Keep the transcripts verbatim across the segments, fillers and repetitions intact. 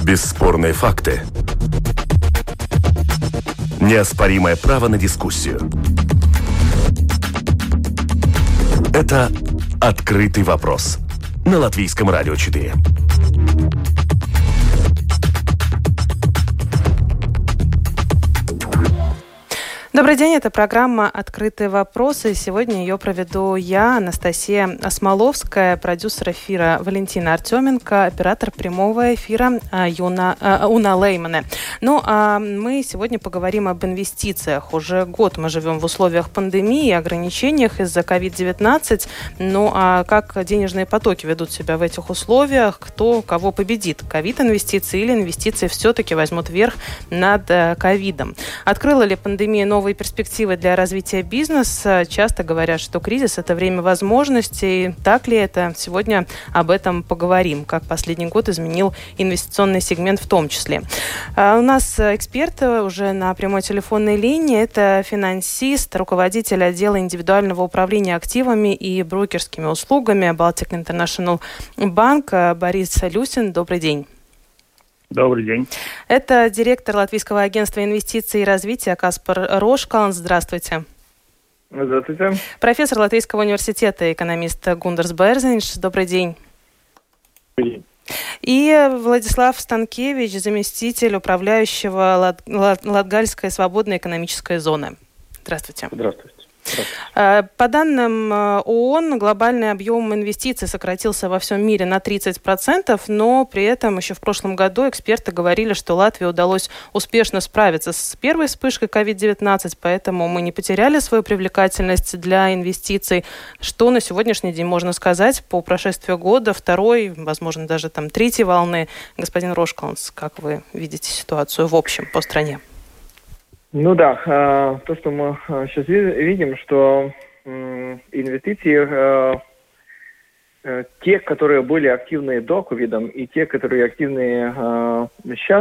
Бесспорные факты. Неоспоримое право на дискуссию. Это «Открытый вопрос» на Латвийском радио четыре. Добрый день, это программа «Открытые вопросы». Сегодня ее проведу я, Анастасия Осмоловская, продюсер эфира Валентина Артеменко, оператор прямого эфира Юна, Уна Леймане. Ну, а мы сегодня поговорим об инвестициях. Уже год мы живем в условиях пандемии и ограничениях из-за ковид девятнадцать. Ну, а как денежные потоки ведут себя в этих условиях? Кто кого победит? Ковид-инвестиции или инвестиции все-таки возьмут верх над ковидом? Открыла ли пандемия новые перспективы для развития бизнеса? Часто говорят, что кризис – это время возможностей. Так ли это? Сегодня об этом поговорим. Как последний год изменил инвестиционный сегмент в том числе. А у нас эксперт уже на прямой телефонной линии. Это финансист, руководитель отдела индивидуального управления активами и брокерскими услугами Baltic International Bank Борис Люсин. Добрый день. Добрый день. Это директор Латвийского агентства инвестиций и развития Каспар Рошкалнс. Здравствуйте. Здравствуйте. Профессор Латвийского университета, экономист Гундерс Берзинш. Добрый день. Добрый день. И Владислав Станкевич, заместитель управляющего Лат... Лат... Латгальской свободной экономической зоны. Здравствуйте. Здравствуйте. По данным ООН, глобальный объем инвестиций сократился во всем мире на тридцать процентов, но при этом еще в прошлом году эксперты говорили, что Латвии удалось успешно справиться с первой вспышкой ковид девятнадцать, поэтому мы не потеряли свою привлекательность для инвестиций. Что на сегодняшний день можно сказать по прошествию года, второй, возможно, даже там третьей волны? Господин Рошкалнс, как вы видите ситуацию в общем по стране? Ну да, то, что мы сейчас видим, что инвестиции, те, которые были активны до ковида, и те, которые активны сейчас,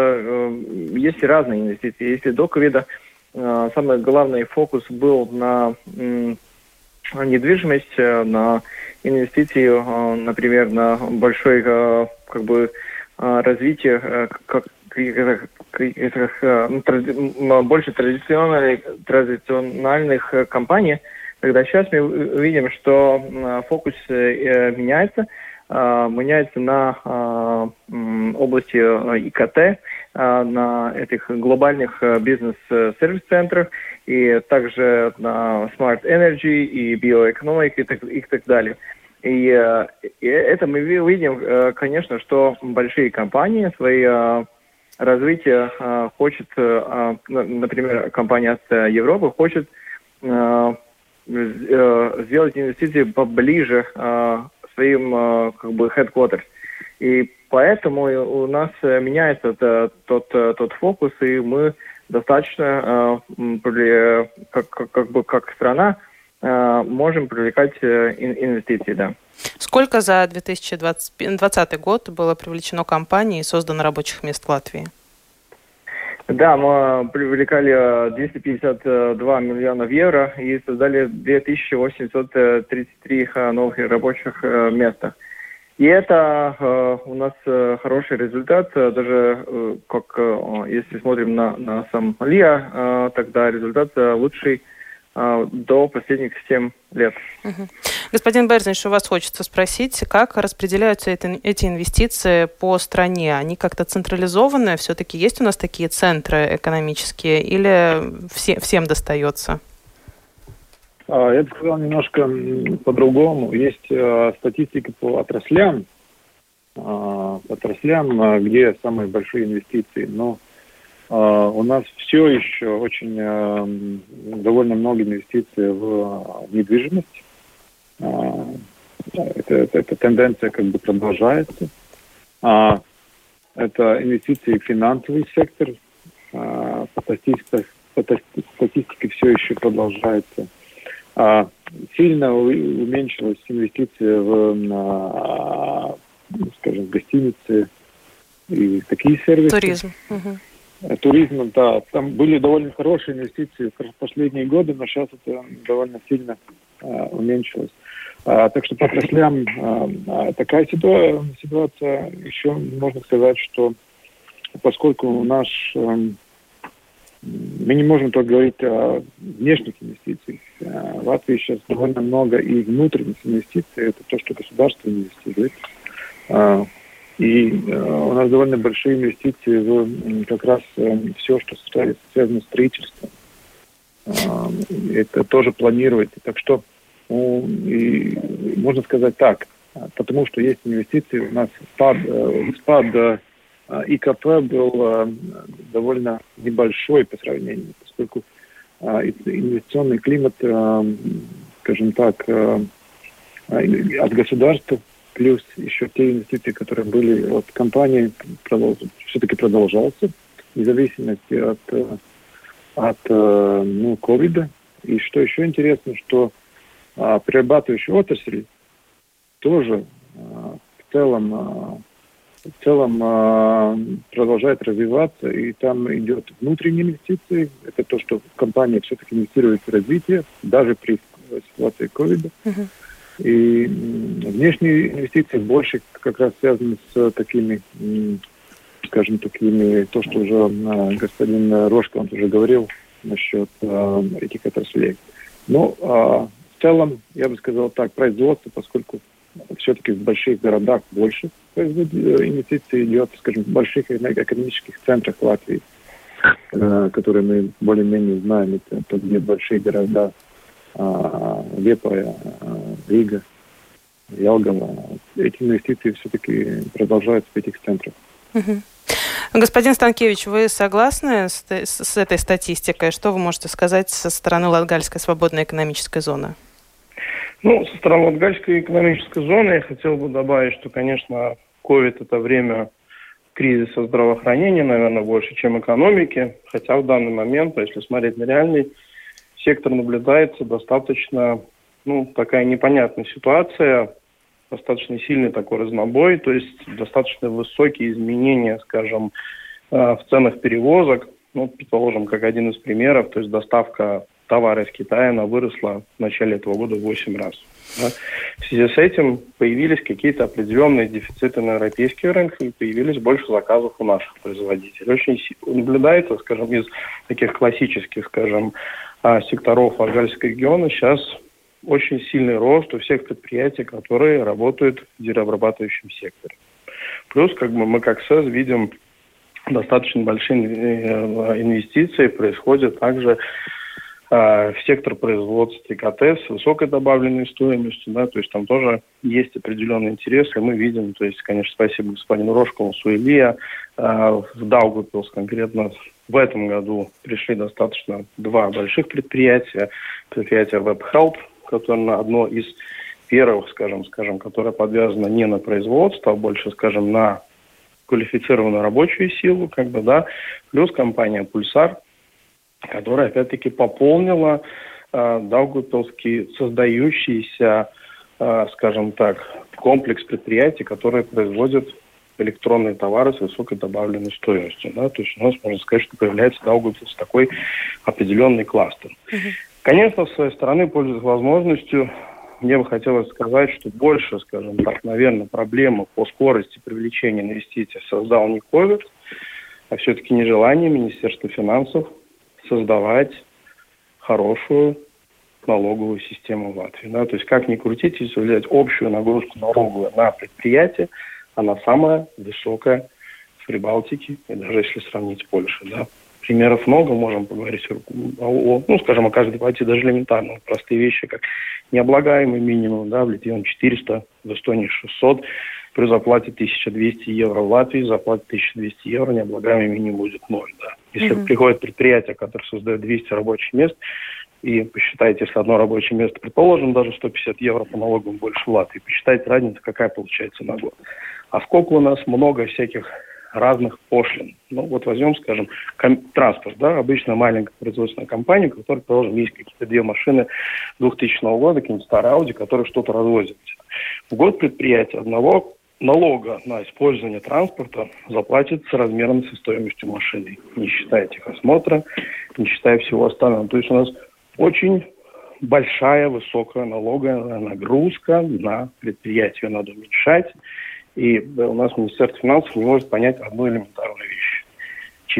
есть разные инвестиции. Если до ковида самый главный фокус был на недвижимость, на инвестиции, например, на большое как бы развитие как больше традиционных, традиционных компаний, тогда сейчас мы видим, что фокус меняется, меняется на области и ка тэ, на этих глобальных бизнес-сервис-центрах, и также на Smart Energy и биоэкономике и так, и так далее. И, и это мы видим, конечно, что большие компании свои развитие э, хочет, э, например, компания от Европы хочет э, э, сделать инвестиции поближе э, своим э, как бы headquarters. И поэтому у нас меняется это, тот, тот фокус, и мы достаточно, э, как, как, как бы как страна, э, можем привлекать э, инвестиции, да. Сколько за две тысячи двадцатый год было привлечено компаний и создано рабочих мест в Латвии? Да, мы привлекали двести пятьдесят два миллиона евро и создали две тысячи восемьсот тридцать три новых рабочих мест. И это э, у нас хороший результат. Даже э, как э, если смотрим на, на сам ЛИА, э, тогда результат лучший э, до последних семь лет. Угу. Господин Берзинш, у вас хочется спросить, как распределяются это, эти инвестиции по стране? Они как-то централизованные? Все-таки есть у нас такие центры экономические или все, всем достается? Я бы сказал немножко по-другому. Есть э, статистика по отраслям, э, по отраслям, где самые большие инвестиции. Но э, у нас все еще очень э, довольно много инвестиций в недвижимость. Э, это, это, эта тенденция как бы продолжается. Э, это инвестиции в финансовый сектор. Э, по статистике, по статистике все еще продолжается. А, сильно уменьшилась инвестиция в, на, скажем, гостиницы и такие сервисы. Туризм. Угу. Туризм, да. Там были довольно хорошие инвестиции в последние годы, но сейчас это довольно сильно а, уменьшилось. А, так что по отраслям а, такая ситуация, ситуация. Еще можно сказать, что поскольку наш... Э, мы не можем только говорить о внешних инвестициях. В Латвии сейчас довольно много и внутренних инвестиций. Это то, что государство инвестирует. И у нас довольно большие инвестиции в как раз все, что связано с строительством. Это тоже планируется. Так что, ну, и можно сказать так, потому что есть инвестиции, у нас спад, спад ИКП был довольно небольшой по сравнению, поскольку инвестиционный климат, скажем так, от государства, плюс еще те инвестиции, которые были от компании, продолж... все-таки продолжался, в зависимости от, от ну, ковида. И что еще интересно, что перерабатывающая отрасль тоже в целом в целом э, продолжает развиваться, и там идет внутренние инвестиции. Это то, что компания все-таки инвестирует в развитие, даже при ситуации ковида. Uh-huh. И внешние инвестиции больше как раз связаны с такими, скажем, такими, то, что уже э, господин Рошко, он уже говорил насчет э, этих отраслей. Но э, в целом, я бы сказал так, производство, поскольку все-таки в больших городах больше инвестиций идет, скажем, в больших экономических центрах Латвии, которые мы более-менее знаем, это, это где большие города, Лепая, Рига, Ялгава. Эти инвестиции все-таки продолжаются в этих центрах. Угу. Господин Станкевич, вы согласны с, с этой статистикой? Что вы можете сказать со стороны Латгальской свободной экономической зоны? Ну, со стороны Латгальской экономической зоны я хотел бы добавить, что, конечно, ковид – это время кризиса здравоохранения, наверное, больше, чем экономики. Хотя в данный момент, если смотреть на реальный сектор, наблюдается достаточно, ну, такая непонятная ситуация, достаточно сильный такой разнобой, то есть достаточно высокие изменения, скажем, в ценах перевозок. Ну, предположим, как один из примеров, то есть доставка товары из Китая, она выросла в начале этого года в восемь раз. Да. В связи с этим появились какие-то определенные дефициты на европейских рынках и появились больше заказов у наших производителей. Очень наблюдается, скажем, из таких классических, скажем, секторов Латгальского региона сейчас очень сильный рост у всех предприятий, которые работают в деревообрабатывающем секторе. Плюс, как бы мы как СЭЗ видим, достаточно большие инвестиции происходят также в сектор производства Т К Т с высокой добавленной стоимостью, да, то есть там тоже есть определенный интерес, и мы видим, то есть, конечно, спасибо господину Рошкову, Суэлия, в Даугавпилс конкретно в этом году пришли достаточно два больших предприятия, предприятие WebHelp, которое одно из первых, скажем, скажем, которое подвязано не на производство, а больше, скажем, на квалифицированную рабочую силу, как бы, да, плюс компания Pulsar, которая, опять-таки, пополнила э, Даугавпилский создающийся, э, скажем так, комплекс предприятий, которые производят электронные товары с высокой добавленной стоимостью. Да? То есть у нас, можно сказать, что появляется Даугавпилс такой определенный кластер. Uh-huh. Конечно, с своей стороны, пользуясь возможностью, мне бы хотелось сказать, что больше, скажем так, наверное, проблема по скорости привлечения инвестиций создал не ковид, а все-таки нежелание Министерства финансов создавать хорошую налоговую систему в Латвии. Да? То есть, как ни крутить, если взять общую нагрузку налоговую на предприятие, она самая высокая в Прибалтике, и даже если сравнить с Польшей. Да? Примеров много, можем поговорить о, ну, скажем, о каждой партии даже элементарно. Простые вещи, как необлагаемый минимум, да, в Литве он четыреста, в Эстонии шестьсот, при заплате тысяча двести евро в Латвии, заплате тысяча двести евро, необлагаемый минимум будет ноль. Да. Если mm-hmm. приходит предприятие, которое создает двести рабочих мест, и посчитайте, если одно рабочее место, предположим, даже сто пятьдесят евро по налогам больше в Латвии, посчитайте разницу, какая получается на год. А сколько у нас много всяких разных пошлин. Ну, вот возьмем, скажем, ком- транспорт, да, обычно маленькая производственная компания, у которой, положим, есть какие-то две машины двухтысячного года, какие-нибудь старые Audi, которые что-то развозят. В год предприятие одного налога на использование транспорта заплатит с размером со стоимостью машины, не считая техосмотра, не считая всего остального. То есть у нас очень большая, высокая налоговая нагрузка на предприятие, надо уменьшать. И у нас Министерство финансов не может понять одну элементарную вещь.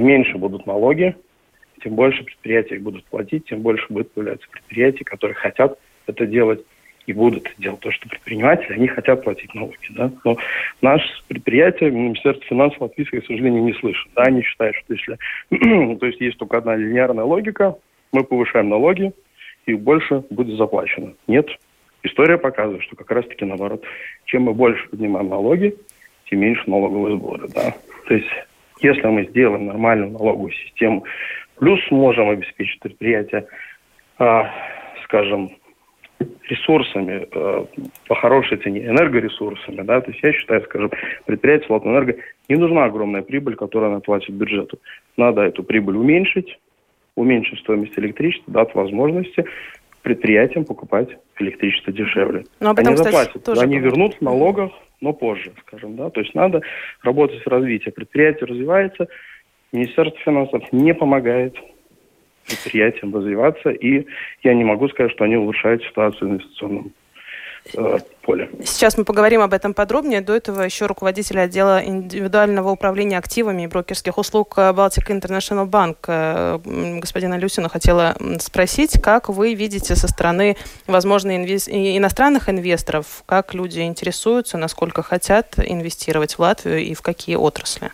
Чем меньше будут налоги, тем больше предприятия будут платить, тем больше будет появляться предприятий, которые хотят это делать и будут делать. То, что предприниматели, они хотят платить налоги. Да? Но наше предприятие, Министерство финансов латвийское, к сожалению, не слышит. Да? Они считают, что если то есть есть только одна линейная логика, мы повышаем налоги, и больше будет заплачено. Нет. История показывает, что как раз-таки наоборот. Чем мы больше поднимаем налоги, тем меньше налоговые сборы. Да? То есть если мы сделаем нормальную налоговую систему, плюс сможем обеспечить предприятие, э, скажем, ресурсами э, по хорошей цене, энергоресурсами, да, то есть я считаю, скажем, предприятию Латэнерго не нужна огромная прибыль, которую она платит бюджету. Надо эту прибыль уменьшить, уменьшить стоимость электричества, дать возможности предприятиям покупать электричество дешевле. Но об этом, они кстати, заплатят, тоже они говорят. вернут в налогах, но позже, скажем, да, то есть надо работать с развитием. Предприятие развивается, Министерство финансов не помогает предприятиям развиваться, и я не могу сказать, что они улучшают ситуацию в инвестиционном э, поле. Сейчас мы поговорим об этом подробнее. До этого еще руководитель отдела индивидуального управления активами и брокерских услуг Baltic International Bank господина Люсина хотела спросить, как вы видите со стороны, возможно, инвес... иностранных инвесторов, как люди интересуются, насколько хотят инвестировать в Латвию и в какие отрасли?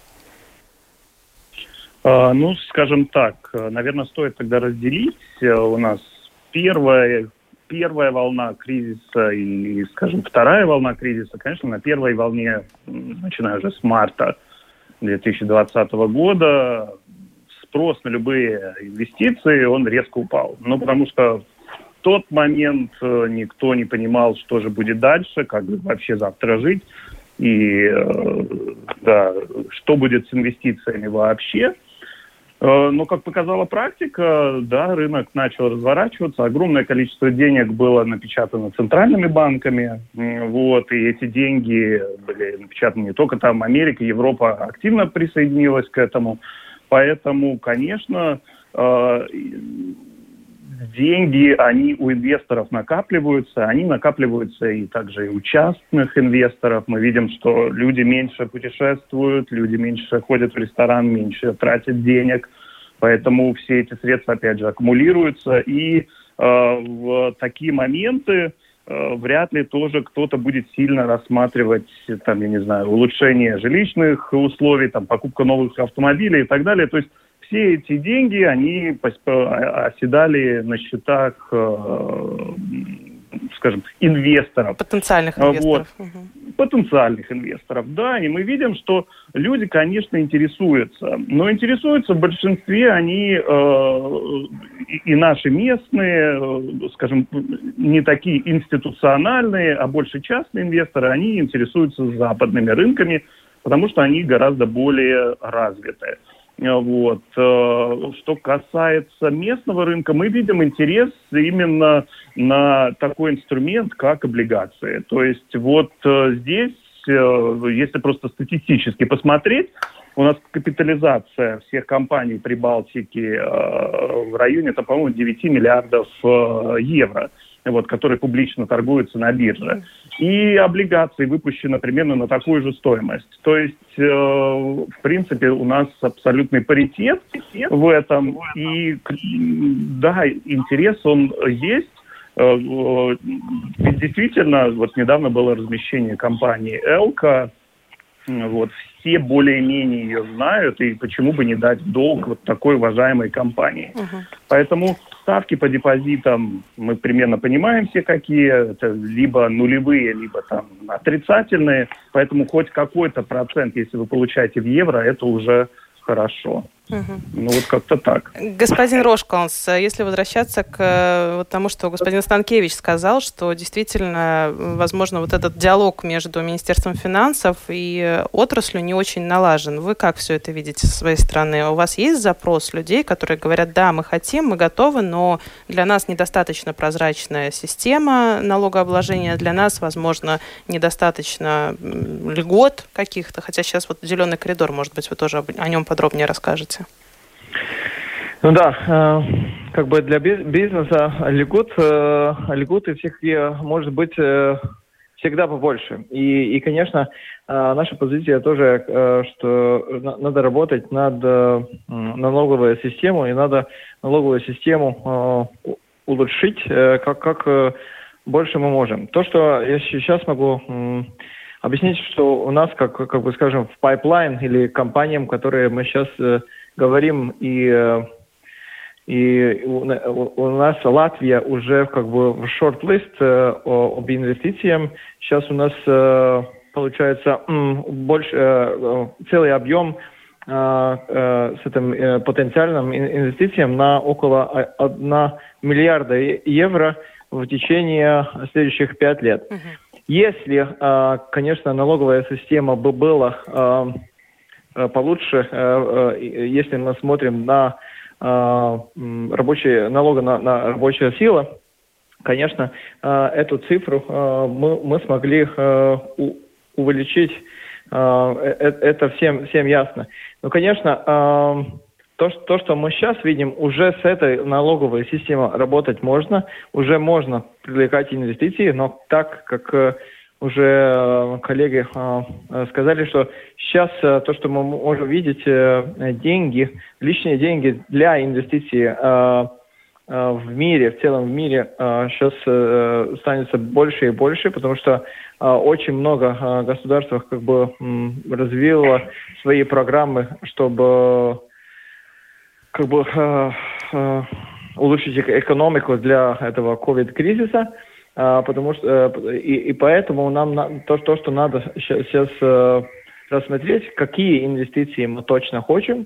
Ну, скажем так, наверное, стоит тогда разделить. У нас первая, первая волна кризиса и, скажем, вторая волна кризиса. Конечно, на первой волне, начиная уже с марта две тысячи двадцатого года, спрос на любые инвестиции, он резко упал. Ну, потому что в тот момент никто не понимал, что же будет дальше, как вообще завтра жить. И, да, что будет с инвестициями вообще. Но, как показала практика, да, рынок начал разворачиваться, огромное количество денег было напечатано центральными банками, вот, и эти деньги были напечатаны не только там, Америка, Европа активно присоединилась к этому, поэтому, конечно, деньги, они у инвесторов накапливаются, они накапливаются и также и у частных инвесторов. Мы видим, что люди меньше путешествуют, люди меньше ходят в ресторан, меньше тратят денег, поэтому все эти средства, опять же, аккумулируются. И э, в такие моменты э, вряд ли тоже кто-то будет сильно рассматривать, там, я не знаю, улучшение жилищных условий, там, покупка новых автомобилей и так далее. То есть все эти деньги, они оседали на счетах, э, скажем, инвесторов. Потенциальных инвесторов. Вот. Угу. Потенциальных инвесторов, да. И мы видим, что люди, конечно, интересуются. Но интересуются в большинстве они э, и наши местные, э, скажем, не такие институциональные, а больше частные инвесторы, они интересуются западными рынками, потому что они гораздо более развитые. Вот. Что касается местного рынка, мы видим интерес именно на такой инструмент, как облигации. То есть вот здесь, если просто статистически посмотреть, у нас капитализация всех компаний Прибалтики в районе, это, по-моему, девять миллиардов евро, вот, которые публично торгуются на бирже. И облигации выпущены примерно на такую же стоимость. То есть, э, в принципе, у нас абсолютный паритет в этом. И, да, интерес он есть. Э, э, действительно, вот недавно было размещение компании «Элка». Вот, все более-менее ее знают, и почему бы не дать долг вот такой уважаемой компании. Uh-huh. Поэтому ставки по депозитам мы примерно понимаем все какие, это либо нулевые, либо там отрицательные, поэтому хоть какой-то процент, если вы получаете в евро, это уже хорошо. Угу. Ну вот как-то так. Господин Рошкалнс, если возвращаться к вот тому, что господин Станкевич сказал, что действительно, возможно, вот этот диалог между Министерством финансов и отраслью не очень налажен. Вы как все это видите со своей стороны? У вас есть запрос людей, которые говорят, да, мы хотим, мы готовы, но для нас недостаточно прозрачная система налогообложения, для нас, возможно, недостаточно льгот каких-то, хотя сейчас вот зеленый коридор, может быть, вы тоже о нем подробнее расскажете. Ну да, э, как бы для бизнеса льгот, э, льготы всех может быть э, всегда побольше. И, и конечно, наша позиция тоже, что надо работать над налоговой системой, и надо налоговую систему улучшить, как, как больше мы можем. То, что я сейчас могу объяснить, что у нас, как, как бы скажем, в пайплайн или компаниям, которые мы сейчас говорим, и И у, у нас Латвия уже как бы в шорт-лист э, об инвестициях. Сейчас у нас э, получается м, больше э, целый объем э, э, с этим э, потенциальным инвестициям на около одного миллиарда евро в течение следующих пяти лет. Uh-huh. Если, э, конечно, налоговая система бы была э, получше, э, э, если мы смотрим на рабочие налога на, на рабочую силу, конечно, эту цифру мы, мы смогли увеличить. Это всем, всем ясно. Но, конечно, то, то, что мы сейчас видим, уже с этой налоговой системой работать можно, уже можно привлекать инвестиции, но так, как уже коллеги сказали, что сейчас то, что мы можем видеть, деньги, личные деньги для инвестиций в мире, в целом в мире сейчас станется больше и больше, потому что очень много государств как бы развило свои программы, чтобы как бы улучшить экономику для этого ковид-кризиса. Потому что и, и поэтому нам то, то, что надо сейчас рассмотреть, какие инвестиции мы точно хотим.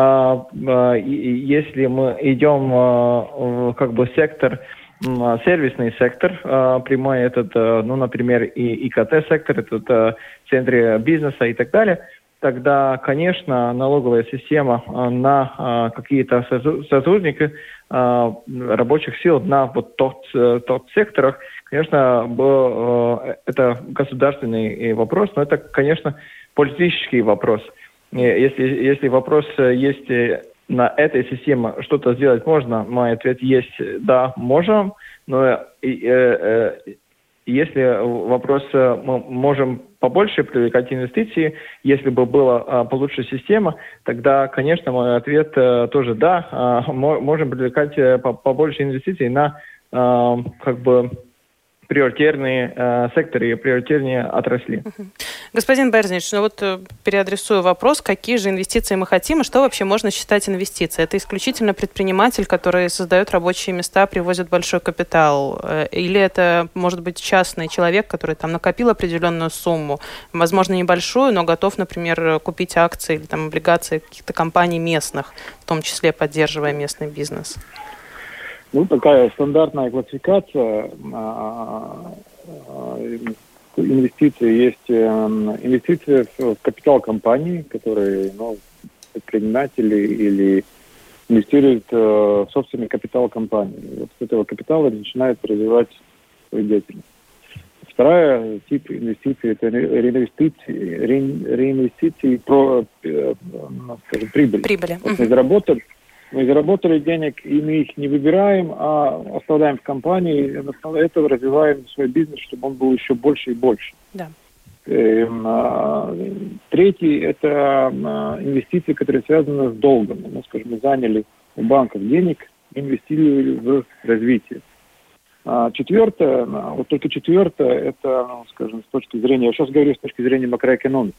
Если мы идем в как бы сектор, сервисный сектор, прямой этот, ну, например, и ИКТ-сектор, этот центры бизнеса и так далее, тогда, конечно, налоговая система на какие-то сотрудники рабочих сил на вот тот, тот секторах, конечно, это государственный вопрос, но это, конечно, политический вопрос. Если, если вопрос есть на этой системе, что-то сделать можно, мой ответ есть да, можем, но если вопрос, мы можем побольше привлекать инвестиции, если бы была получше система, тогда, конечно, мой ответ тоже да, можем привлекать побольше инвестиций на как бы приоритетные э, секторы, приоритетные отрасли. Господин Берзнич, ну вот переадресую вопрос, какие же инвестиции мы хотим и что вообще можно считать инвестицией? Это исключительно предприниматель, который создает рабочие места, привозит большой капитал? Или это может быть частный человек, который там накопил определенную сумму, возможно, небольшую, но готов, например, купить акции или там облигации каких-то компаний местных, в том числе поддерживая местный бизнес? Ну, такая стандартная классификация инвестиций есть инвестиции в капитал компании, которые, ну, предприниматели или инвестируют в собственный капитал компании. Вот с этого капитала начинают развивать свою деятельность. Вторая тип инвестиций – это реинвестиции, реинвестиции про, скажем, прибыль. Прибыли. Вот мы заработали, мы заработали денег, и мы их не выбираем, а оставляем в компании, и на основе этого развиваем свой бизнес, чтобы он был еще больше и больше. Да. Третий – это инвестиции, которые связаны с долгом. Мы, скажем, мы заняли у банков денег, инвестировали в развитие. Четвертое, вот только четвертое, это, ну, скажем, с точки зрения, я сейчас говорю с точки зрения макроэкономики.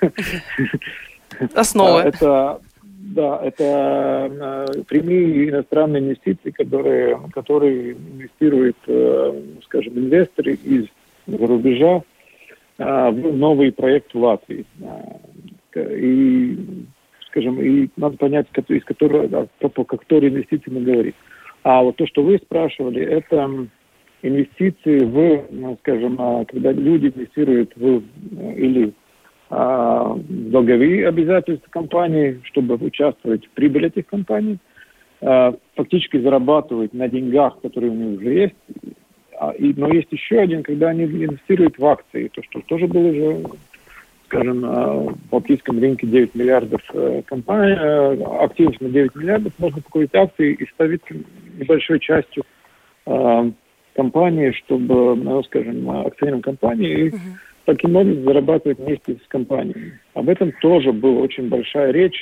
Основа. Это, да, это прямые иностранные инвестиции, которые, которые инвестируют, скажем, инвесторы из-за рубежа в новый проект в Латвии. И, скажем, и надо понять, из которого, по какой инвестиции мы говорим. А вот то, что вы спрашивали, это инвестиции в, скажем, когда люди инвестируют в или а, в долговые обязательства компании, чтобы участвовать в прибыли этих компаний, а, фактически зарабатывать на деньгах, которые у них уже есть. А, и, но есть еще один, когда они инвестируют в акции, то, что тоже было уже, скажем, в балтийском рынке девять миллиардов компаний, активов на девять миллиардов, можно покупить акции и ставить небольшой частью э, компании, чтобы, ну, скажем, акционерам компании, и uh-huh. таким образом зарабатывать вместе с компаниями. Об этом тоже была очень большая речь,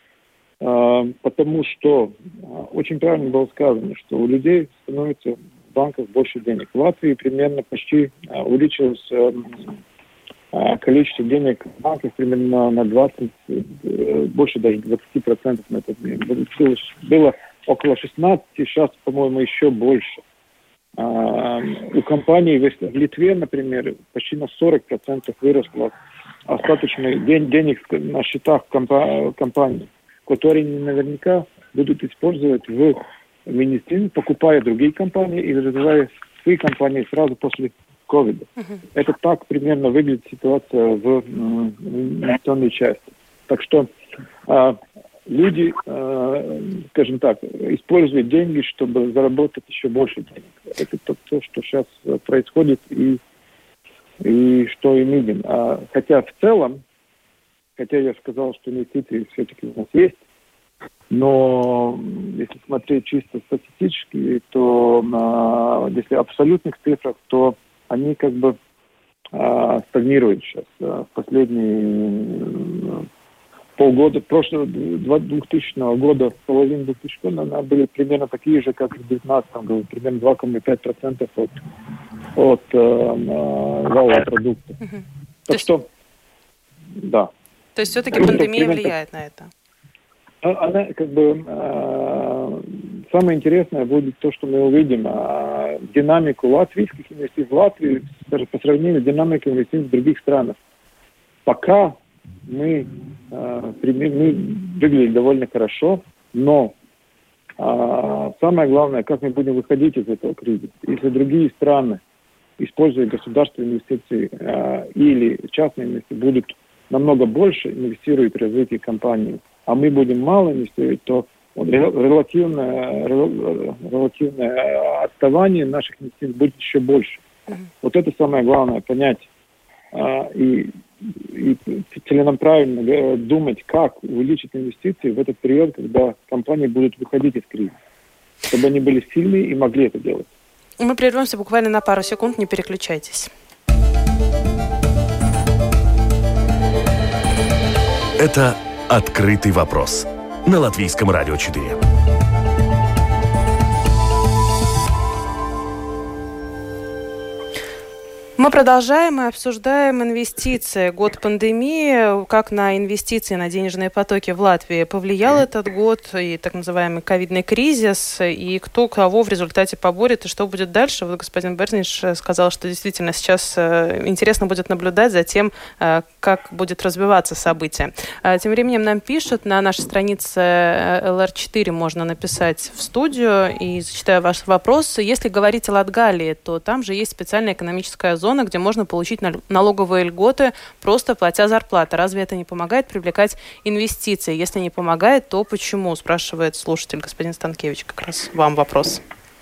потому что очень правильно было сказано, что у людей становится в банках больше денег. В Латвии примерно почти увеличилось количество денег в банках примерно на двадцать, больше даже двадцать процентов на этот момент. Было, было около шестнадцати, сейчас, по-моему, еще больше. А, у компаний в Литве, например, почти на сорок процентов выросло остаточный день, денег на счетах компа- компаний, которые наверняка будут использовать в медицине, покупая другие компании и развивая свои компании сразу после ковида. Uh-huh. Это так примерно выглядит ситуация в инвестиционной части. Так что а, люди, а, скажем так, используют деньги, чтобы заработать еще больше денег. Это то, то что сейчас происходит и, и что и видим. А, хотя в целом, хотя я сказал, что инвестиции все-таки у нас есть, но если смотреть чисто статистически, то а, если в абсолютных цифрах, то они как бы а, стагнируют сейчас. А, последние полгода, прошлого двухтысячного года, половина двухтысячного года, они были примерно такие же, как и в две тысячи девятнадцатом году, примерно два целых пять десятых процента от, от а, валового продукта. Uh-huh. Так то что, есть, да. То есть все-таки это пандемия влияет на это? Она как бы э, самое интересное будет то, что мы увидим э, динамику латвийских инвестиций в Латвии даже по сравнению с динамикой инвестиций в других странах. Пока мы, э, мы выглядели довольно хорошо, но э, самое главное, как мы будем выходить из этого кризиса. Если другие страны, используя государственные инвестиции э, или частные инвестиции, будут намного больше инвестировать в развитие компании, а мы будем мало инвестировать, то релативное, релативное отставание наших инвестиций будет еще больше. Uh-huh. Вот это самое главное, понять а, и, и целенаправленно думать, как увеличить инвестиции в этот период, когда компании будут выходить из кризиса, чтобы они были сильные и могли это делать. Мы прервемся буквально на пару секунд, не переключайтесь. Это «Открытый вопрос» на Латвийском радио четыре. Мы продолжаем и обсуждаем инвестиции. Год пандемии, как на инвестиции, на денежные потоки в Латвии повлиял этот год, и так называемый ковидный кризис, и кто кого в результате поборет, и что будет дальше. Вот господин Берзнич сказал, что действительно сейчас интересно будет наблюдать за тем, как будет развиваться событие. Тем временем нам пишут, на нашей странице эл эр четыре можно написать в студию, и зачитаю ваш вопрос. Если говорить о Латгалии, то там же есть специальная экономическая зона, где можно получить налоговые льготы, просто платя зарплату. Разве это не помогает привлекать инвестиции? Если не помогает, то почему? Спрашивает слушатель. Господин Станкевич, как раз вам вопрос.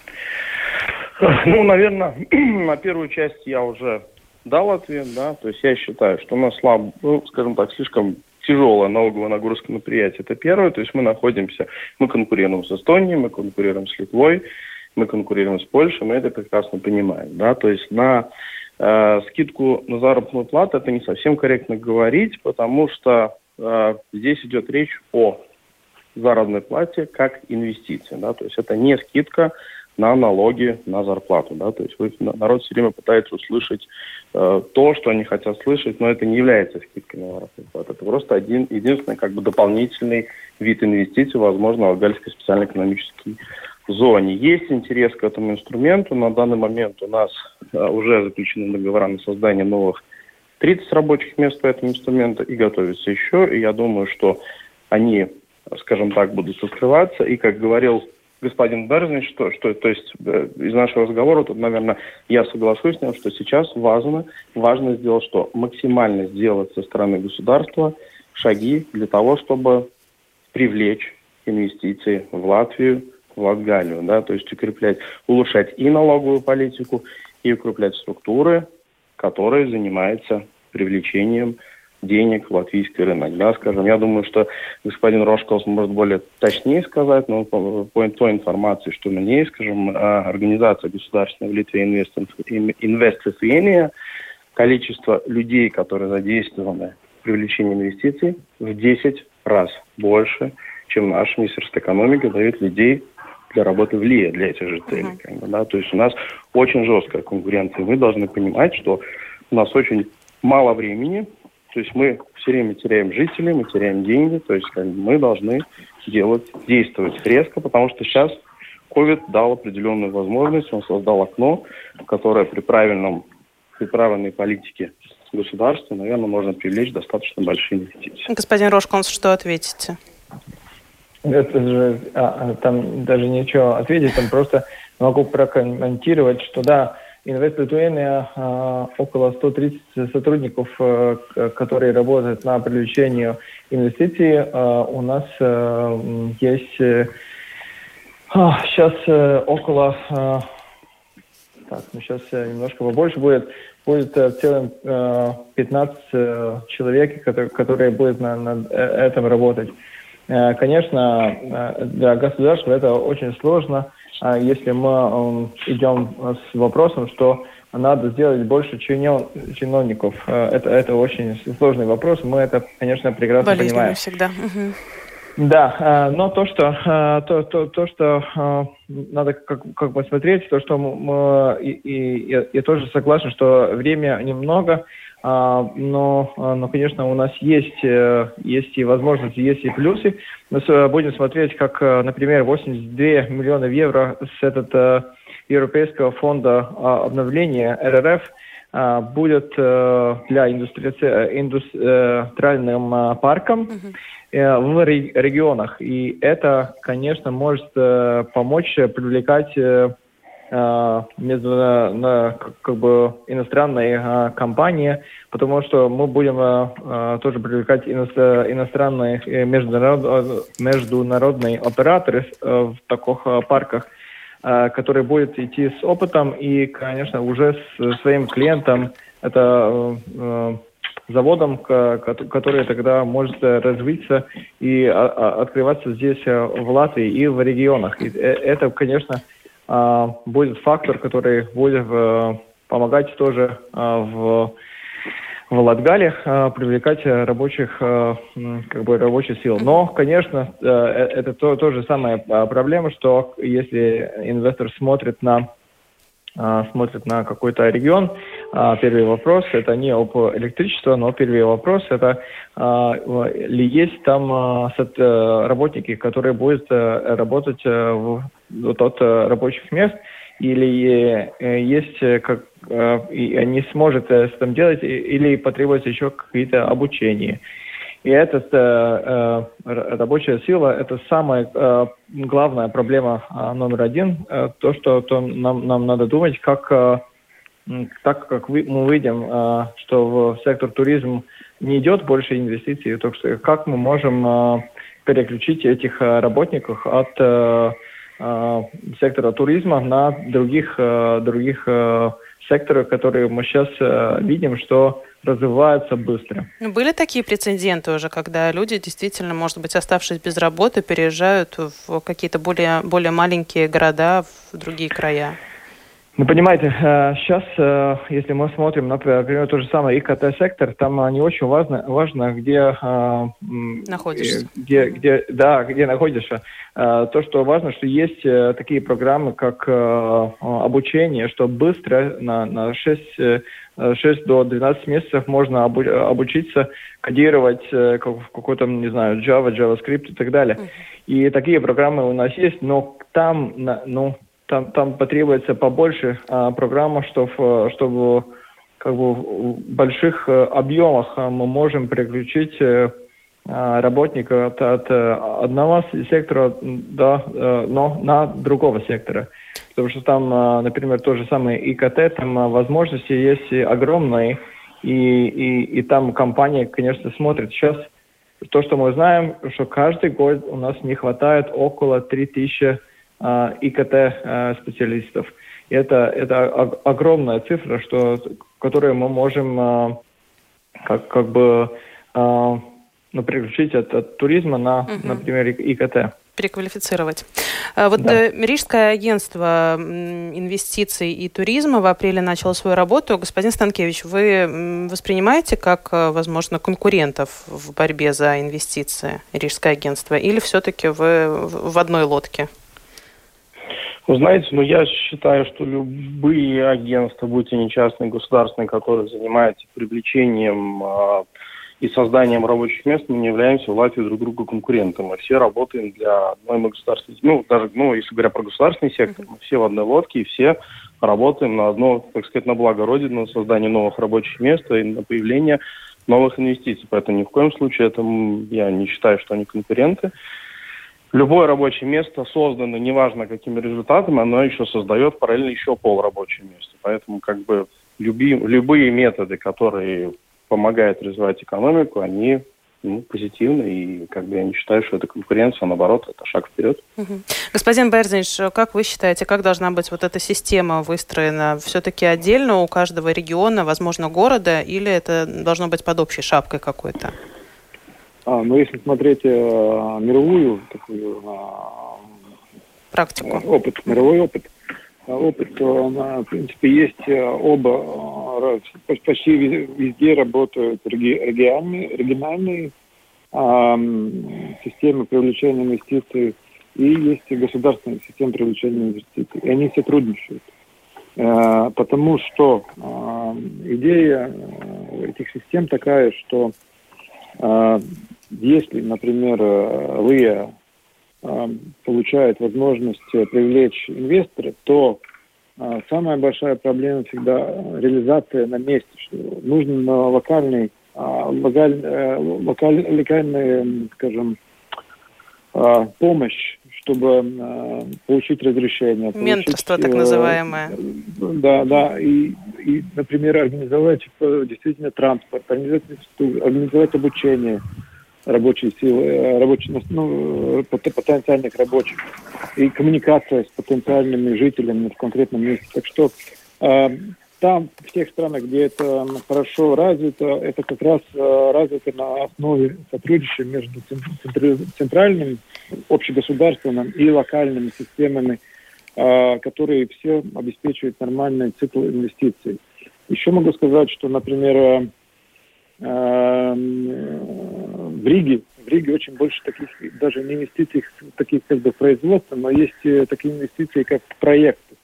Ну, наверное, на первую часть я уже дал ответ, да, то есть я считаю, что у нас слабо, ну, скажем так, слишком тяжелая налоговая нагрузка на предприятие. Это первое, то есть мы находимся, мы конкурируем с Эстонией, мы конкурируем с Литвой, мы конкурируем с Польшей, мы это прекрасно понимаем, да, то есть на Э, скидку на заработную плату это не совсем корректно говорить, потому что э, здесь идет речь о заработной плате как инвестиции, да, то есть это не скидка на налоги на зарплату, да, то есть вы, народ все время пытается услышать э, то, что они хотят слышать, но это не является скидкой на заработную плату, это просто один единственный как бы дополнительный вид инвестиций, возможно, в Латгальской специальной экономической зоне. Есть интерес к этому инструменту. На данный момент у нас а, уже заключены договора на создание новых тридцать рабочих мест по этому инструменту и готовятся еще. И я думаю, что они, скажем так, будут открываться. И, как говорил господин Берзнич, что, что то есть э, из нашего разговора, тут, наверное, я соглашусь с ним, что сейчас важно, важно сделать что? Максимально сделать со стороны государства шаги для того, чтобы привлечь инвестиции в Латвию, в Латгалию, да, то есть укреплять, улучшать и налоговую политику, и укреплять структуры, которые занимаются привлечением денег в латвийский рынок. Да, скажем, я думаю, что господин Рошколс может более точнее сказать, но по, по той информации, что у меня есть, скажем, организация государственная в Литве «Инвестиция», количество людей, которые задействованы в привлечении инвестиций, в десять раз больше, чем наше Министерство экономики дает людей для работы в ЛИЭ, для этих же целей. Uh-huh. Как бы, да? То есть у нас очень жесткая конкуренция. Мы должны понимать, что у нас очень мало времени, то есть мы все время теряем жителей, мы теряем деньги, то есть как бы, мы должны делать, действовать резко, потому что сейчас ковид дал определенную возможность, он создал окно, которое при правильном, при правильной политике государства, наверное, можно привлечь достаточно большие инвестиции. Господин Рошколс, что ответите? Это же, а, там даже ничего ответить, там просто могу прокомментировать, что да, Инвестиция а, около сто тридцать сотрудников, а, которые работают на привлечение инвестиций. А, у нас а, есть а, сейчас а, около, а, так, ну сейчас немножко побольше будет, будет в целом а, пятнадцать а, человек, которые, которые будут на, на этом работать. А, конечно, для государства это очень сложно. Если мы идем с вопросом, что надо сделать больше чиновников, это, это очень сложный вопрос, мы это, конечно, прекрасно болезненно понимаем. Всегда. Угу. Да, но то, что, то, то, то, что надо как, как бы смотреть, то, что мы, и, и я, я тоже согласен, что время немного, но, но, конечно, у нас есть, есть и возможности, есть и плюсы. Мы будем смотреть, как, например, восемьдесят два миллиона евро с этого Европейского фонда обновления эр эр эф будет для индустри... индустриальным парком uh-huh. в регионах. И это, конечно, может помочь привлекать между на, как бы иностранные а, компании, потому что мы будем а, тоже привлекать иностранные, иностранные международ, международные операторы а, в таких а, парках, а, которые будут идти с опытом и, конечно, уже с своим клиентом, это а, заводом, который тогда может развиться и а, открываться здесь в Латвии и в регионах. И это, конечно, будет фактор, который будет uh, помогать тоже uh, в, в Латгале uh, привлекать рабочих, uh, как бы рабочих сил. Но, конечно, uh, это то, то же самая проблема, что если инвестор смотрит на uh, смотрит на какой-то регион, uh, первый вопрос это не об электричестве, но первый вопрос это uh, ли есть там uh, работники, которые будут uh, работать uh, в вот от рабочих мест, или э, есть, как, э, и они смогут это там делать, или потребуется еще какие-то обучения. И эта э, э, рабочая сила – это самая э, главная проблема э, номер один. Э, то, что то нам, нам надо думать, как, э, так как вы, мы видим, э, что в сектор туризма не идет больше инвестиций, то что как мы можем э, переключить этих э, работников от э, сектора туризма на других, других секторах, которые мы сейчас видим, что развиваются быстро. Были такие прецеденты уже, когда люди действительно, может быть, оставшись без работы, переезжают в какие-то более, более маленькие города, в другие края? Ну, понимаете, сейчас, если мы смотрим, например, то же самое и ка тэ-сектор, там не очень важно, важно где, находишься. Где, где, да, где находишься. То, что важно, что есть такие программы, как обучение, что быстро на, на шесть до двенадцати месяцев можно обу- обучиться кодировать в какой-то, не знаю, Java, JavaScript и так далее. Uh-huh. И такие программы у нас есть, но там, ну, Там, там потребуется побольше а, программа, чтобы, чтобы как бы, в больших а, объемах а, мы можем переключить а, работника от, от одного сектора до, а, но на другого сектора. Потому что там, а, например, то же самое и ка тэ, там а, возможности есть огромные, и, и, и там компания, конечно, смотрит. Сейчас то, что мы знаем, что каждый год у нас не хватает около три тысячи и ка тэ-специалистов. И это, это огромная цифра, что, которую мы можем как, как бы э, ну, переключить от, от туризма на, угу. например, ИКТ. Переквалифицировать. Вот да. Рижское агентство инвестиций и туризма в апреле начало свою работу. Господин Станкевич, вы воспринимаете как, возможно, конкурентов в борьбе за инвестиции Рижское агентство? Или все-таки вы в одной лодке? Вы знаете, ну я считаю, что любые агентства, будь они частные, государственные, которые занимаются привлечением э, и созданием рабочих мест, мы не являемся в Латвии друг другу конкурентом. Мы все работаем для одной государственной, ну даже, ну если говоря про государственный сектор, мы все в одной лодке и все работаем на одно, так сказать, на благо Родины, на создание новых рабочих мест и на появление новых инвестиций. Поэтому ни в коем случае это я не считаю, что они конкуренты. Любое рабочее место создано, неважно какими результатами, оно еще создает параллельно еще полрабочего места. Поэтому как бы люби, любые методы, которые помогают развивать экономику, они ну, позитивны. И как бы я не считаю, что это конкуренция, а наоборот, это шаг вперед. Угу. Господин Берзинш, как вы считаете, как должна быть вот эта система выстроена? Все-таки отдельно у каждого региона, возможно, города, или это должно быть под общей шапкой какой-то? А, ну, если смотреть э, мировую такую э, практику, опыт, мировой опыт, опыт, то, в принципе, есть оба, э, почти везде работают региональные, региональные э, системы привлечения инвестиций и есть государственные системы привлечения инвестиций. И они сотрудничают. Э, потому что э, идея этих систем такая, что э, если, например, вы э, получаете возможность привлечь инвесторов, то э, самая большая проблема всегда реализация на месте. Что нужно на локальный, э, локаль, э, локаль, локальный, скажем, э, помощь, чтобы э, получить разрешение. Менторство получить, так называемое. Э, да, да. И, и, например, организовать действительно транспорт, организовать, организовать обучение рабочей силы, рабочих, ну, потенциальных рабочих и коммуникация с потенциальными жителями в конкретном месте. Так что э, там, в тех странах, где это хорошо развито, это как раз э, развито на основе сотрудничества между центральным, общегосударственным и локальными системами, э, которые все обеспечивают нормальный цикл инвестиций. Еще могу сказать, что, например, в Риге, в Риге очень больше таких, даже не инвестиций, таких как бы производства, но есть такие инвестиции, как проекты.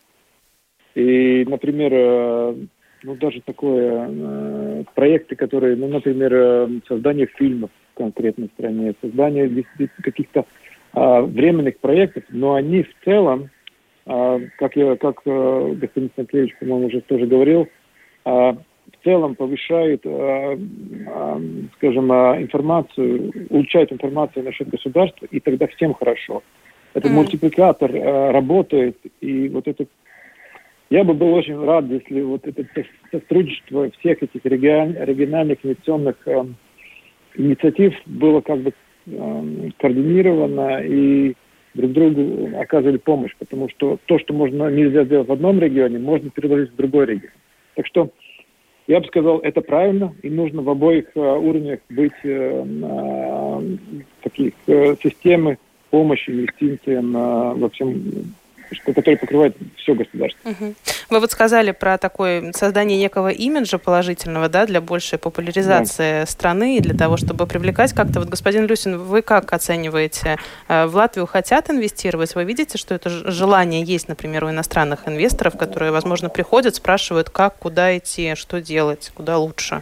И, например, ну даже такое, проекты, которые, ну, например, создание фильмов в конкретной стране, создание каких-то а, временных проектов, но они в целом, а, как я, как а, господин Станкевич, по-моему, уже тоже говорил, а, в целом повышает, э, э, скажем, э, информацию, улучшает информацию насчет государства, и тогда всем хорошо. Этот mm-hmm. мультипликатор э, работает, и вот это... Я бы был очень рад, если вот это сотрудничество всех этих регион, региональных инвестиционных э, инициатив было как бы э, координировано и друг другу оказывали помощь, потому что то, что можно, нельзя сделать в одном регионе, можно переложить в другой регион. Так что я бы сказал, это правильно, и нужно в обоих э, уровнях быть э, э, таких э, системы помощи инвестициям э, во всем, что, которые покрывают все государство. Угу. Вы вот сказали про такое создание некого имиджа положительного, да, для большей популяризации да. страны и для того, чтобы привлекать как-то. Вот, господин Люсин, вы как оцениваете? В Латвию хотят инвестировать? Вы видите, что это желание есть, например, у иностранных инвесторов, которые, возможно, приходят, спрашивают, как, куда идти, что делать, куда лучше?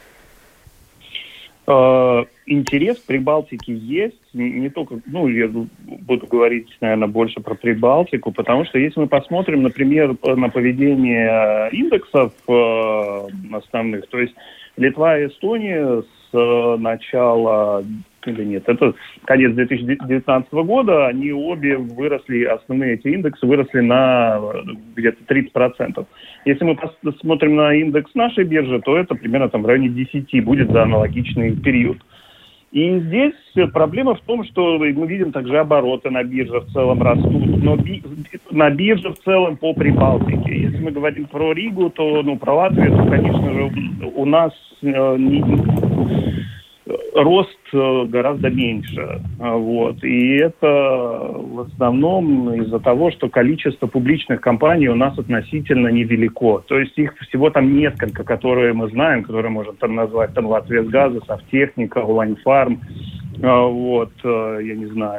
Интерес в Прибалтике есть, не только, ну, я буду говорить, наверное, больше про Прибалтику, потому что если мы посмотрим, например, на поведение индексов основных, то есть Литва и Эстония с начала, или нет, это конец две тысячи девятнадцатого года, они обе выросли, основные эти индексы выросли на где-то тридцать процентов. Если мы посмотрим на индекс нашей биржи, то это примерно там в районе десяти будет за аналогичный период. И здесь проблема в том, что мы видим также обороты на бирже в целом растут, но би- на бирже в целом по Прибалтике. Если мы говорим про Ригу, то, ну, про Латвию, то, конечно же, у нас э, не, рост гораздо меньше. Вот. И это в основном из-за того, что количество публичных компаний у нас относительно невелико. То есть их всего там несколько, которые мы знаем, которые можно там назвать там Латвиясгаза, Софтехника, Уланьфарм, вот, я не знаю,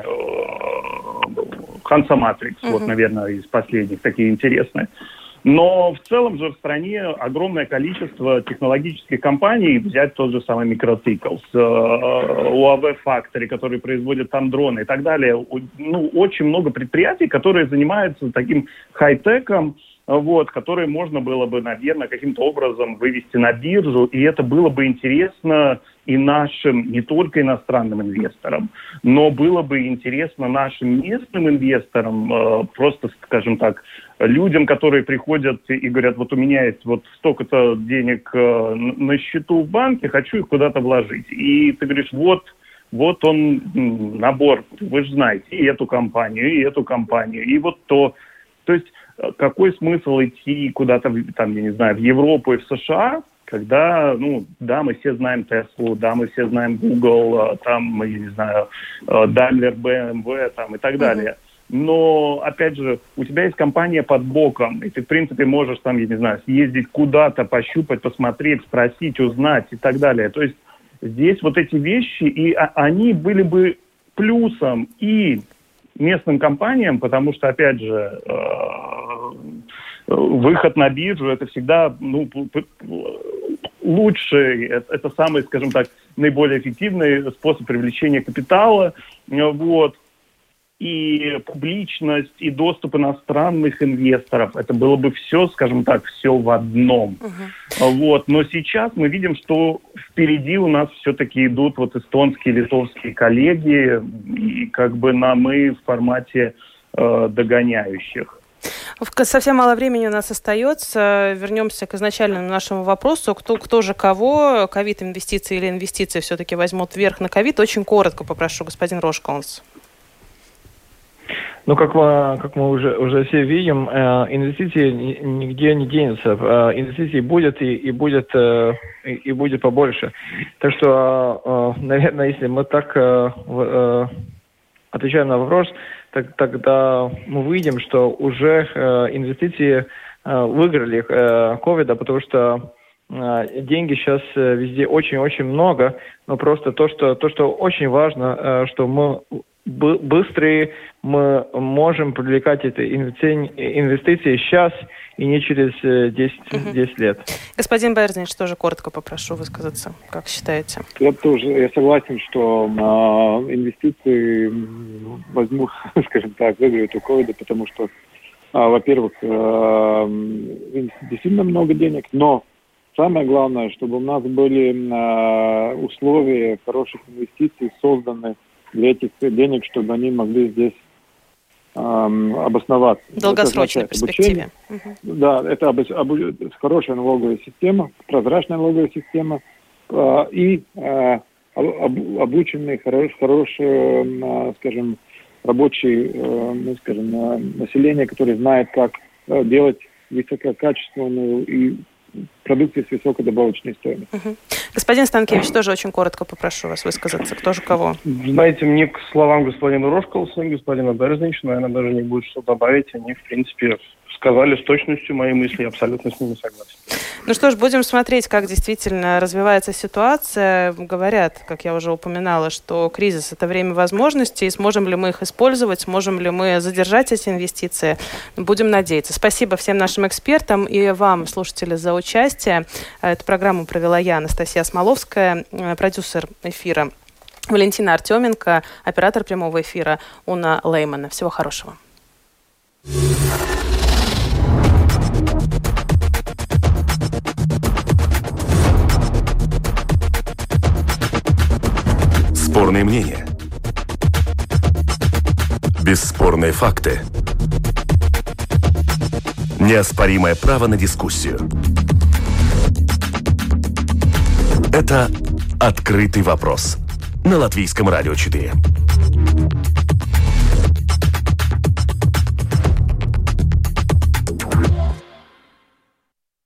Hansa Matrix, uh-huh. вот, наверное, из последних такие интересные. Но в целом же в стране огромное количество технологических компаний, взять тот же самый Microtickles, ю эй ви Factory, которые производят там дроны и так далее. Ну, очень много предприятий, которые занимаются таким хай-теком, вот, которые можно было бы, наверное, каким-то образом вывести на биржу, и это было бы интересно и нашим, не только иностранным инвесторам, но было бы интересно нашим местным инвесторам, э, просто, скажем так, людям, которые приходят и говорят, вот у меня есть вот столько-то денег э, на счету в банке, хочу их куда-то вложить. И ты говоришь, вот, вот он набор, вы же знаете, и эту компанию, и эту компанию, и вот то. То есть какой смысл идти куда-то, там, я не знаю, в Европу и в США, когда, ну, да, мы все знаем Теслу, да, мы все знаем Google, там, я не знаю, Daimler, бэ эм вэ, там, и так далее. Но, опять же, у тебя есть компания под боком, и ты, в принципе, можешь, там, я не знаю, съездить куда-то, пощупать, посмотреть, спросить, узнать и так далее. То есть здесь вот эти вещи, и они были бы плюсом и местным компаниям, потому что, опять же, выход на биржу – это всегда, ну, лучший, это самый, скажем так, наиболее эффективный способ привлечения капитала, вот. И публичность, и доступ иностранных инвесторов. Это было бы все, скажем так, все в одном. Uh-huh. Вот. Но сейчас мы видим, что впереди у нас все-таки идут вот эстонские, литовские коллеги, и как бы на мы в формате э, догоняющих. Совсем мало времени у нас остается. Вернемся к изначальному нашему вопросу. Кто, кто же кого? Ковид-инвестиции или инвестиции все-таки возьмут верх на ковид? Очень коротко попрошу, господин Рошколнс. Ну, как мы, как мы уже, уже все видим, э, инвестиции нигде не денутся. Э, инвестиций будет и, и будет э, и, и будет побольше. Так что, э, наверное, если мы так э, э, отвечаем на вопрос, так, тогда мы видим, что уже э, инвестиции э, выиграли э, ковида, потому что э, деньги сейчас э, везде очень-очень много. Но просто то, что, то, что очень важно, э, что мы быстрее мы можем привлекать эти инвестиции сейчас и не через десять лет. Господин Берзнич, тоже коротко попрошу высказаться. Как считаете? Я тоже я согласен, что э, инвестиции возьмут, скажем так, выиграют у ковида, потому что, э, во-первых, э, действительно много денег, но самое главное, чтобы у нас были э, условия хороших инвестиций созданы для этих денег, чтобы они могли здесь эм, обосноваться. В долгосрочной перспективе. Угу. Да, это обо- обо- хорошая налоговая система, прозрачная налоговая система э, и э, об- обученный, хорош, хорошее, э, скажем, рабочее э, ну, скажем, э, население, которое знает, как э, делать высококачественную и продукции с высокой добавочной стоимостью. Угу. Господин Станкевич, тоже очень коротко попрошу вас высказаться. Кто же кого? Знаете, мне к словам господина Рошколса и господина Берзнича, наверное, даже не будет что добавить. Они, в принципе, сказали с точностью мои мысли, я абсолютно с ними согласен. Ну что ж, будем смотреть, как действительно развивается ситуация. Говорят, как я уже упоминала, что кризис – это время возможностей. Сможем ли мы их использовать, сможем ли мы задержать эти инвестиции? Будем надеяться. Спасибо всем нашим экспертам и вам, слушатели, за участие. Эту программу провела я, Анастасия Смоловская, продюсер эфира Валентина Артеменко, оператор прямого эфира Уна Леймана. Всего хорошего. Спорные мнения. Бесспорные факты. Неоспоримое право на дискуссию. Это «Открытый вопрос» на Латвийском радио четыре.